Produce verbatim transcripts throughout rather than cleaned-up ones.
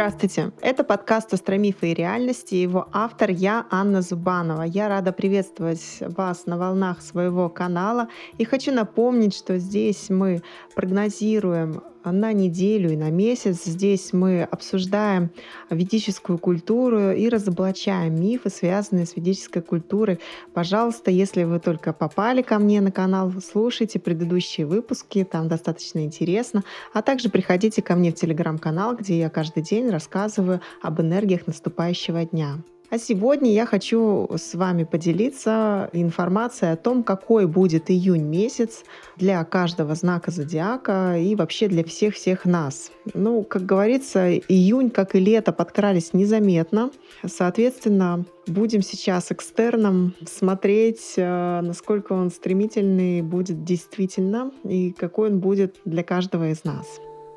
Здравствуйте! Это подкаст «Астромифы и реальности», и его автор я, Анна Зубанова. Я рада приветствовать вас на волнах своего канала и хочу напомнить, что здесь мы прогнозируем на неделю и на месяц. Здесь мы обсуждаем ведическую культуру и разоблачаем мифы, связанные с ведической культурой. Пожалуйста, если вы только попали ко мне на канал, слушайте предыдущие выпуски, там достаточно интересно. А также приходите ко мне в телеграм-канал, где я каждый день рассказываю об энергиях наступающего дня. А сегодня я хочу с вами поделиться информацией о том, какой будет июнь месяц для каждого знака зодиака и вообще для всех-всех нас. Ну, как говорится, июнь, как и лето, подкрались незаметно. Соответственно, будем сейчас экстерном смотреть, насколько он стремительный будет действительно и какой он будет для каждого из нас.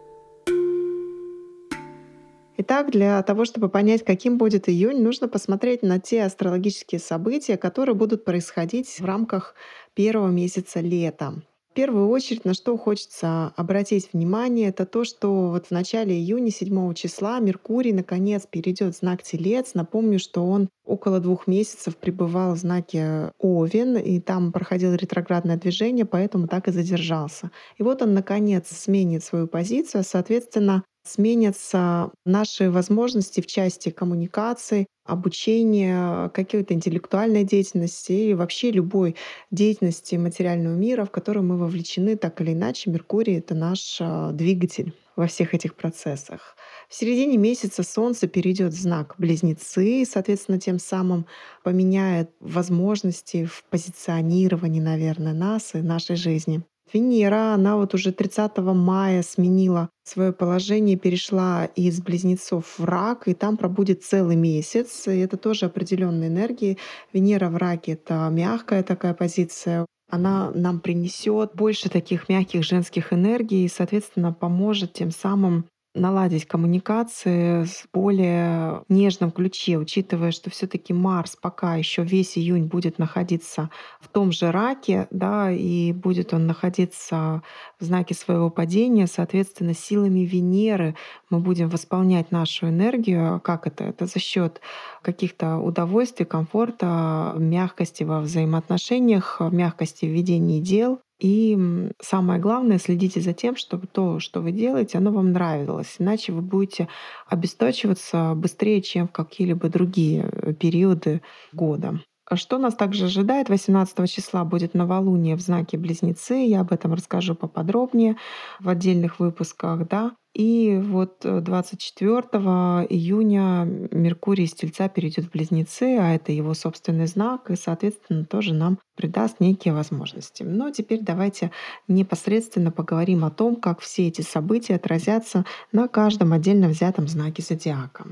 Итак, для того, чтобы понять, каким будет июнь, нужно посмотреть на те астрологические события, которые будут происходить в рамках первого месяца лета. В первую очередь, на что хочется обратить внимание, это то, что вот в начале июня, седьмого числа, Меркурий наконец перейдет в знак Телец. Напомню, что он около двух месяцев пребывал в знаке Овен, и там проходило ретроградное движение, поэтому так и задержался. И вот он наконец сменит свою позицию, соответственно, сменятся наши возможности в части коммуникации, обучения, какой-то интеллектуальной деятельности и вообще любой деятельности материального мира, в которую мы вовлечены так или иначе. Меркурий — это наш а, двигатель во всех этих процессах. В середине месяца Солнце перейдет в знак Близнецы, и, соответственно, тем самым поменяет возможности в позиционировании, наверное, нас и нашей жизни. Венера, она вот уже тридцатого мая сменила свое положение, перешла из Близнецов в Рак, и там пробудет целый месяц. И это тоже определенные энергии. Венера в Раке — это мягкая такая позиция. Она нам принесет больше таких мягких женских энергий и, соответственно, поможет тем самым наладить коммуникации в более нежном ключе, учитывая, что все-таки Марс пока еще весь июнь будет находиться в том же раке, да, и будет он находиться в знаке своего падения, соответственно, силами Венеры мы будем восполнять нашу энергию. Как это? Это за счет каких-то удовольствий, комфорта, мягкости во взаимоотношениях, мягкости в ведении дел. И самое главное, следите за тем, чтобы то, что вы делаете, оно вам нравилось. Иначе вы будете обесточиваться быстрее, чем в какие-либо другие периоды года. Что нас также ожидает? восемнадцатого числа будет новолуние в знаке Близнецы. Я об этом расскажу поподробнее в отдельных выпусках. Да? И вот двадцать четвёртого июня Меркурий из Тельца перейдет в Близнецы, а это его собственный знак, и, соответственно, тоже нам придаст некие возможности. Но теперь давайте непосредственно поговорим о том, как все эти события отразятся на каждом отдельно взятом знаке зодиака.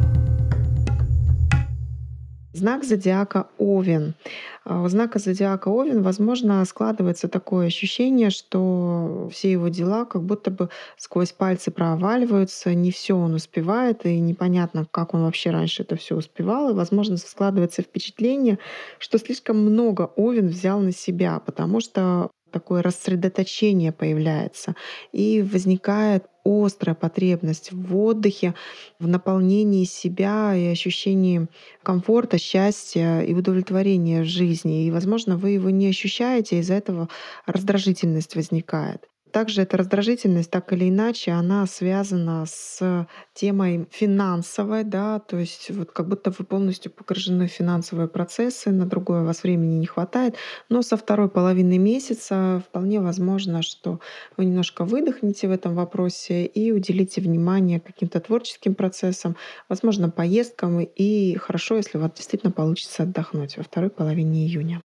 Знак зодиака Овен. У знака зодиака Овен, возможно, складывается такое ощущение, что все его дела как будто бы сквозь пальцы проваливаются, не все он успевает, и непонятно, как он вообще раньше это все успевал. И, возможно, складывается впечатление, что слишком много Овен взял на себя, потому что такое рассредоточение появляется, и возникает острая потребность в отдыхе, в наполнении себя и ощущении комфорта, счастья и удовлетворения в жизни. И, возможно, вы его не ощущаете, из-за этого раздражительность возникает. Также эта раздражительность, так или иначе, она связана с темой финансовой, да, то есть вот как будто вы полностью погружены в финансовые процессы, на другое у вас времени не хватает. Но со второй половины месяца вполне возможно, что вы немножко выдохнете в этом вопросе и уделите внимание каким-то творческим процессам, возможно, поездкам. И хорошо, если у вас действительно получится отдохнуть во второй половине июня.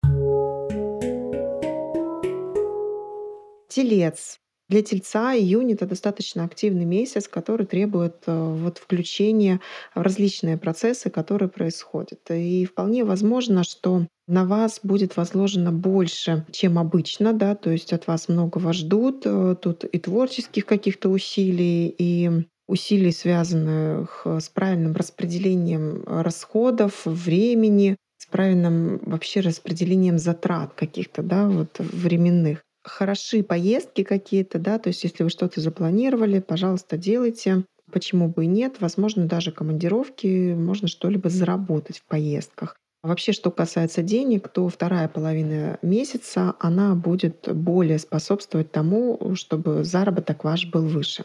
Телец. Для Тельца июнь — это достаточно активный месяц, который требует э, вот, включения в различные процессы, которые происходят. И вполне возможно, что на вас будет возложено больше, чем обычно, да, то есть от вас многого ждут. э, Тут и творческих каких-то усилий, и усилий, связанных с правильным распределением э, расходов, времени, с правильным вообще распределением затрат каких-то, да, вот временных. Хороши поездки какие-то, да, то есть если вы что-то запланировали, пожалуйста, делайте. Почему бы и нет? Возможно, даже командировки, можно что-либо заработать в поездках. А вообще, что касается денег, то вторая половина месяца, она будет более способствовать тому, чтобы заработок ваш был выше.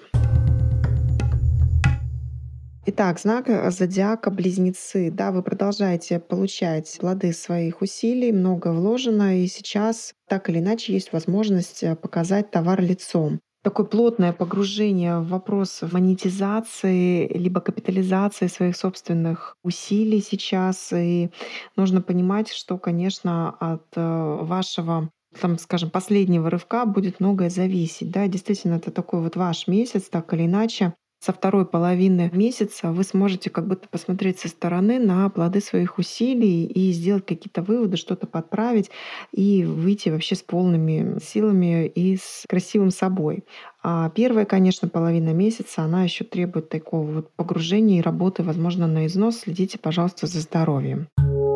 Итак, знак э, зодиака Близнецы. Да, вы продолжаете получать плоды своих усилий, много вложено, и сейчас так или иначе есть возможность э, показать товар лицом. Такое плотное погружение в вопрос монетизации либо капитализации своих собственных усилий сейчас. И нужно понимать, что, конечно, от э, вашего там, скажем, последнего рывка будет многое зависеть. Да, действительно, это такой вот ваш месяц, так или иначе. Со второй половины месяца вы сможете как будто посмотреть со стороны на плоды своих усилий и сделать какие-то выводы, что-то подправить и выйти вообще с полными силами и с красивым собой. А первая, конечно, половина месяца, она еще требует такого вот погружения и работы, возможно, на износ. Следите, пожалуйста, за здоровьем.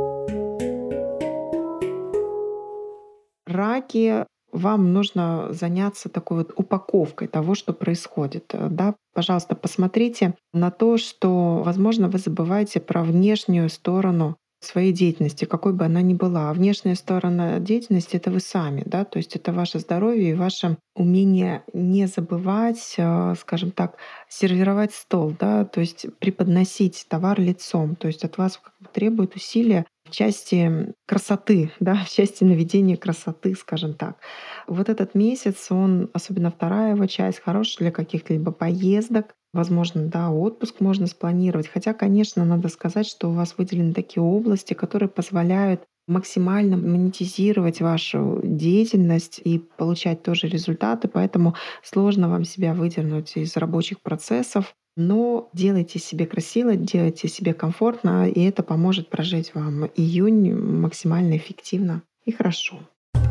Раки, вам нужно заняться такой вот упаковкой того, что происходит. Э, Да, пожалуйста, посмотрите на то, что, возможно, вы забываете про внешнюю сторону своей деятельности, какой бы она ни была. А внешняя сторона деятельности — это вы сами, да, то есть это ваше здоровье и ваше умение не забывать, э, скажем так, сервировать стол, да, то есть преподносить товар лицом, то есть от вас как бы требует усилия в части красоты, да, в части наведения красоты, скажем так. Вот этот месяц, он, особенно вторая его часть, хорош для каких-либо поездок. Возможно, да, отпуск можно спланировать. Хотя, конечно, надо сказать, что у вас выделены такие области, которые позволяют максимально монетизировать вашу деятельность и получать тоже результаты, поэтому сложно вам себя выдернуть из рабочих процессов. Но делайте себе красиво, делайте себе комфортно, и это поможет прожить вам июнь максимально эффективно и хорошо.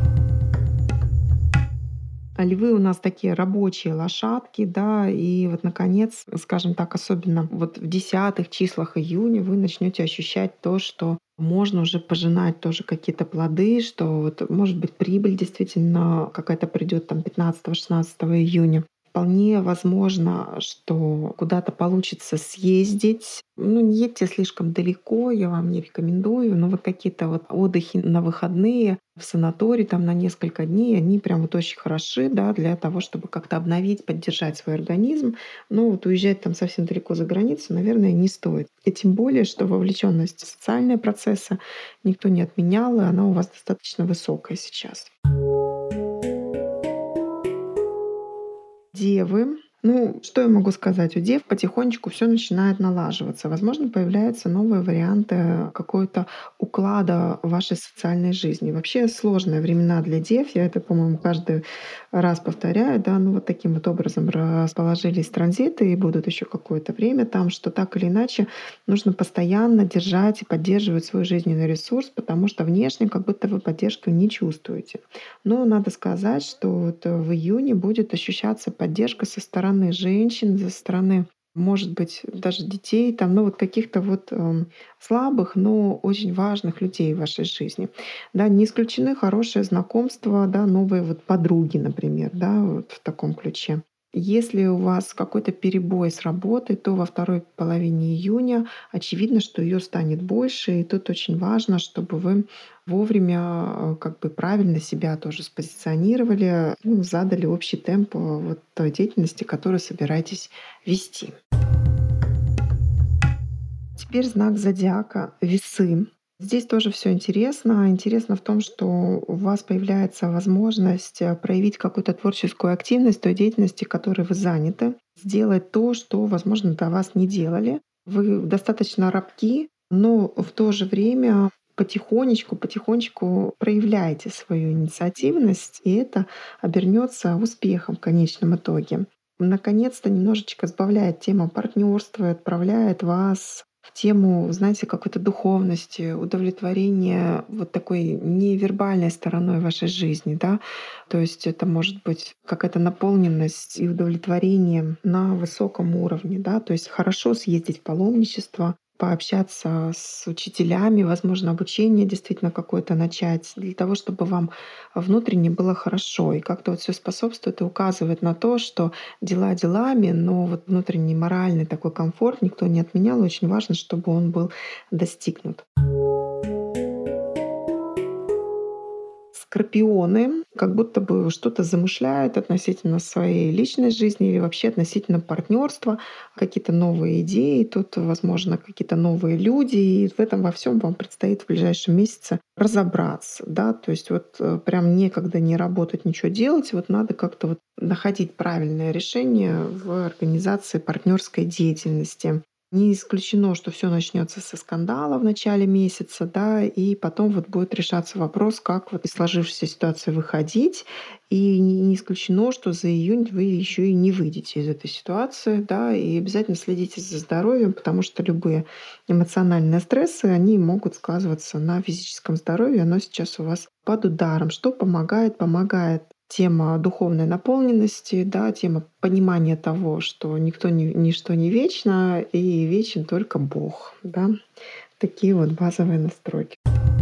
А львы у нас такие рабочие лошадки, да, и вот, наконец, скажем так, особенно вот в десятых числах июня вы начнете ощущать то, что можно уже пожинать тоже какие-то плоды, что вот, может быть, прибыль действительно какая-то придет там пятнадцатого-шестнадцатого июня. Вполне возможно, что куда-то получится съездить. Ну, не едьте слишком далеко, я вам не рекомендую, но вот какие-то вот отдыхи на выходные в санаторий там на несколько дней, они прям вот очень хороши, да, для того, чтобы как-то обновить, поддержать свой организм. Но вот уезжать там совсем далеко за границу, наверное, не стоит. И тем более, что вовлеченность в социальные процессы никто не отменял, и она у вас достаточно высокая сейчас. Девы. Ну, что я могу сказать? У дев потихонечку все начинает налаживаться. Возможно, появляются новые варианты какого-то уклада вашей социальной жизни. Вообще сложные времена для дев. Я это, по-моему, каждый раз повторяю. Да? Ну, вот таким вот образом расположились транзиты и будут еще какое-то время там, что так или иначе нужно постоянно держать и поддерживать свой жизненный ресурс, потому что внешне как будто вы поддержку не чувствуете. Но надо сказать, что вот э, в июне будет ощущаться поддержка со стороны женщин, со стороны, может быть, даже детей, там, ну вот каких-то вот эм, слабых, но очень важных людей в вашей жизни. Да, не исключены хорошие знакомства, да, новые вот подруги, например, да, вот в таком ключе. Если у вас какой-то перебой с работой, то во второй половине июня очевидно, что ее станет больше. И тут очень важно, чтобы вы вовремя э, как бы правильно себя тоже спозиционировали, ну, задали общий темп э, вот той деятельности, которую собираетесь вести. Теперь знак зодиака Весы. Здесь тоже все интересно. Интересно в том, что у вас появляется возможность э, проявить какую-то творческую активность в той деятельности, которой вы заняты, сделать то, что, возможно, до вас не делали. Вы достаточно рабки, но в то же время потихонечку, потихонечку проявляете свою инициативность, и это обернется успехом в конечном итоге. Наконец-то немножечко сбавляет тема партнерства и отправляет вас в тему, знаете, какой-то духовности, удовлетворения вот такой невербальной стороной вашей жизни, да. То есть это может быть какая-то наполненность и удовлетворение на высоком уровне, да. То есть хорошо съездить в паломничество, пообщаться с учителями, возможно, обучение действительно какое-то начать, для того, чтобы вам внутренне было хорошо. И как-то вот все способствует и указывает на то, что дела делами, но вот внутренний моральный такой комфорт никто не отменял. Очень важно, чтобы он был достигнут. Скорпионы как будто бы что-то замышляют относительно своей личной жизни или вообще относительно партнерства, какие-то новые идеи, тут, возможно, какие-то новые люди, и в этом во всем вам предстоит в ближайшем месяце разобраться, да, то есть вот э, прям некогда не работать, ничего делать, вот надо как-то вот находить правильное решение в организации партнерской деятельности. Не исключено, что все начнется со скандала в начале месяца, да, и потом вот будет решаться вопрос, как вот из сложившейся ситуации выходить. И не не исключено, что за июнь вы еще и не выйдете из этой ситуации, да, и обязательно следите за здоровьем, потому что любые эмоциональные стрессы, они могут сказываться на физическом здоровье, оно сейчас у вас под ударом. Что помогает? Помогает тема духовной наполненности, да, тема понимания того, что никто ни ничто не вечно и вечен только Бог, да. Такие вот базовые настройки.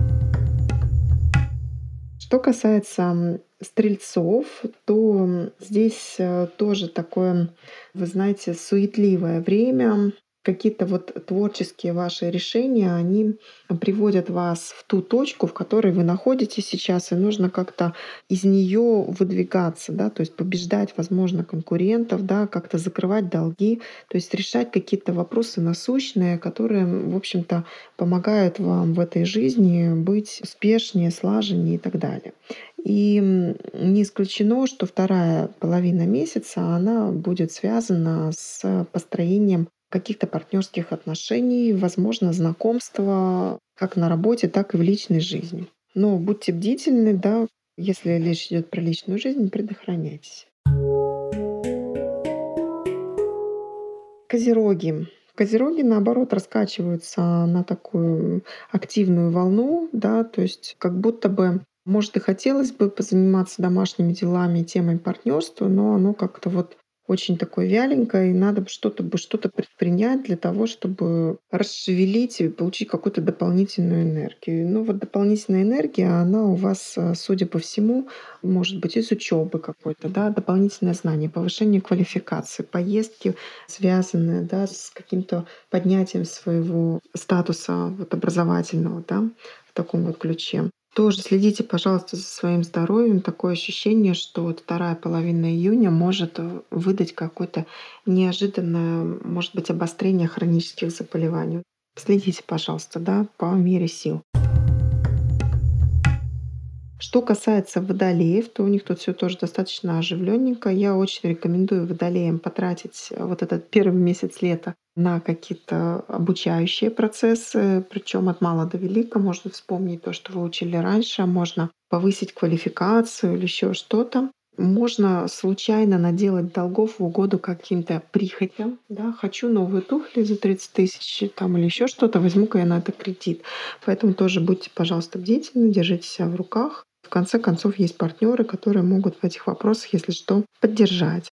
Что касается, м, стрельцов, то, м, здесь, э, тоже такое, вы знаете, суетливое время. Какие-то вот творческие ваши решения, они приводят вас в ту точку, в которой вы находитесь сейчас, и нужно как-то из нее выдвигаться, да, то есть побеждать, возможно, конкурентов, да, как-то закрывать долги, то есть решать какие-то вопросы насущные, которые, м, в общем-то, помогают вам в этой жизни быть успешнее, слаженнее и так далее. И м, не исключено, что вторая половина месяца, она будет связана с построением каких-то партнерских отношений, возможно, знакомства как на работе, так и в личной жизни. Но будьте бдительны, да, если речь идет про личную жизнь, предохраняйтесь. Козероги. Козероги, наоборот, раскачиваются на такую активную волну, да, то есть как будто бы, может, и хотелось бы позаниматься домашними делами, темой партнерства, но оно как-то вот очень такое вяленькое, и надо бы что-то бы что-то предпринять для того, чтобы расшевелить и получить какую-то дополнительную энергию. Ну вот дополнительная энергия, она у вас, э, судя по всему, может быть из учебы какой-то, да, дополнительное знание, повышение квалификации, поездки связанные, да, с каким-то поднятием своего статуса вот образовательного, да, в таком вот ключе. Тоже следите, пожалуйста, за своим здоровьем. Такое ощущение, что вот вторая половина июня может э, выдать какое-то неожиданное, может быть, обострение хронических заболеваний. Следите, пожалуйста, да, по мере сил. Что касается водолеев, то у них тут все тоже достаточно оживленненько. Я очень рекомендую водолеям потратить э, вот этот первый месяц лета на какие-то обучающие процессы, причем от мала до велика. Можно вспомнить то, что вы учили раньше, можно повысить квалификацию или еще что-то. Можно случайно наделать долгов в угоду каким-то прихотям. Да? Хочу новые туфли за тридцать тысяч там, или еще что-то, возьму-ка я на это кредит. Поэтому тоже будьте, пожалуйста, бдительны, держите себя в руках. В конце концов, есть партнеры, которые могут в этих вопросах, если что, поддержать.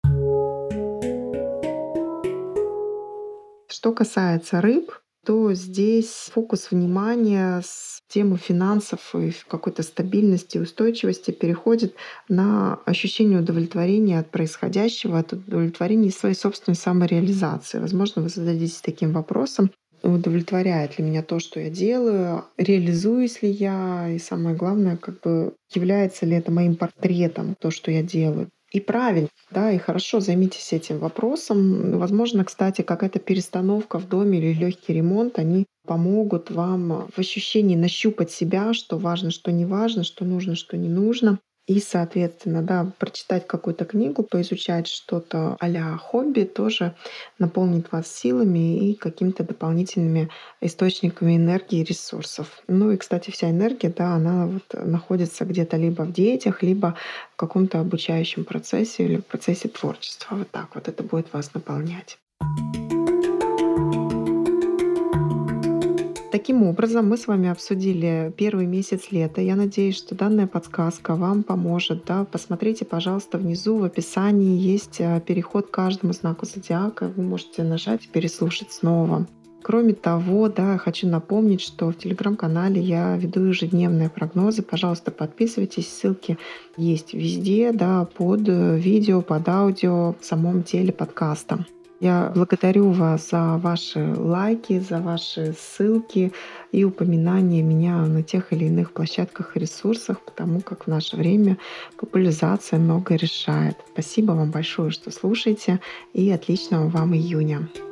Что касается рыб, то здесь фокус внимания с темы финансов и в какой-то стабильности и устойчивости переходит на ощущение удовлетворения от происходящего, от удовлетворения своей собственной самореализации. Возможно, вы зададитесь таким вопросом: удовлетворяет ли меня то, что я делаю, реализуюсь ли я, и самое главное, как бы является ли это моим портретом, то, что я делаю. И правильно, да, и хорошо, займитесь этим вопросом. Возможно, кстати, какая-то перестановка в доме или легкий ремонт, они помогут вам в ощущении нащупать себя, что важно, что не важно, что нужно, что не нужно. И, соответственно, да, прочитать какую-то книгу, поизучать что-то а-ля хобби тоже наполнит вас силами и какими-то дополнительными источниками энергии и ресурсов. Ну и, кстати, вся энергия, да, она вот находится где-то либо в детях, либо в каком-то обучающем процессе или в процессе творчества. Вот так вот это будет вас наполнять. Таким образом, мы с вами обсудили первый месяц лета. Я надеюсь, что данная подсказка вам поможет. Да? Посмотрите, пожалуйста, внизу в описании есть э, переход к каждому знаку зодиака. Вы можете нажать и переслушать снова. Кроме того, да, хочу напомнить, что в телеграм-канале я веду ежедневные прогнозы. Пожалуйста, подписывайтесь. Ссылки есть везде, да, под э, видео, под аудио, в самом теле подкаста. Я благодарю вас за ваши лайки, за ваши ссылки и упоминания меня на тех или иных площадках и ресурсах, потому как в наше время популяризация многое решает. Спасибо вам большое, что слушаете, и отличного вам июня.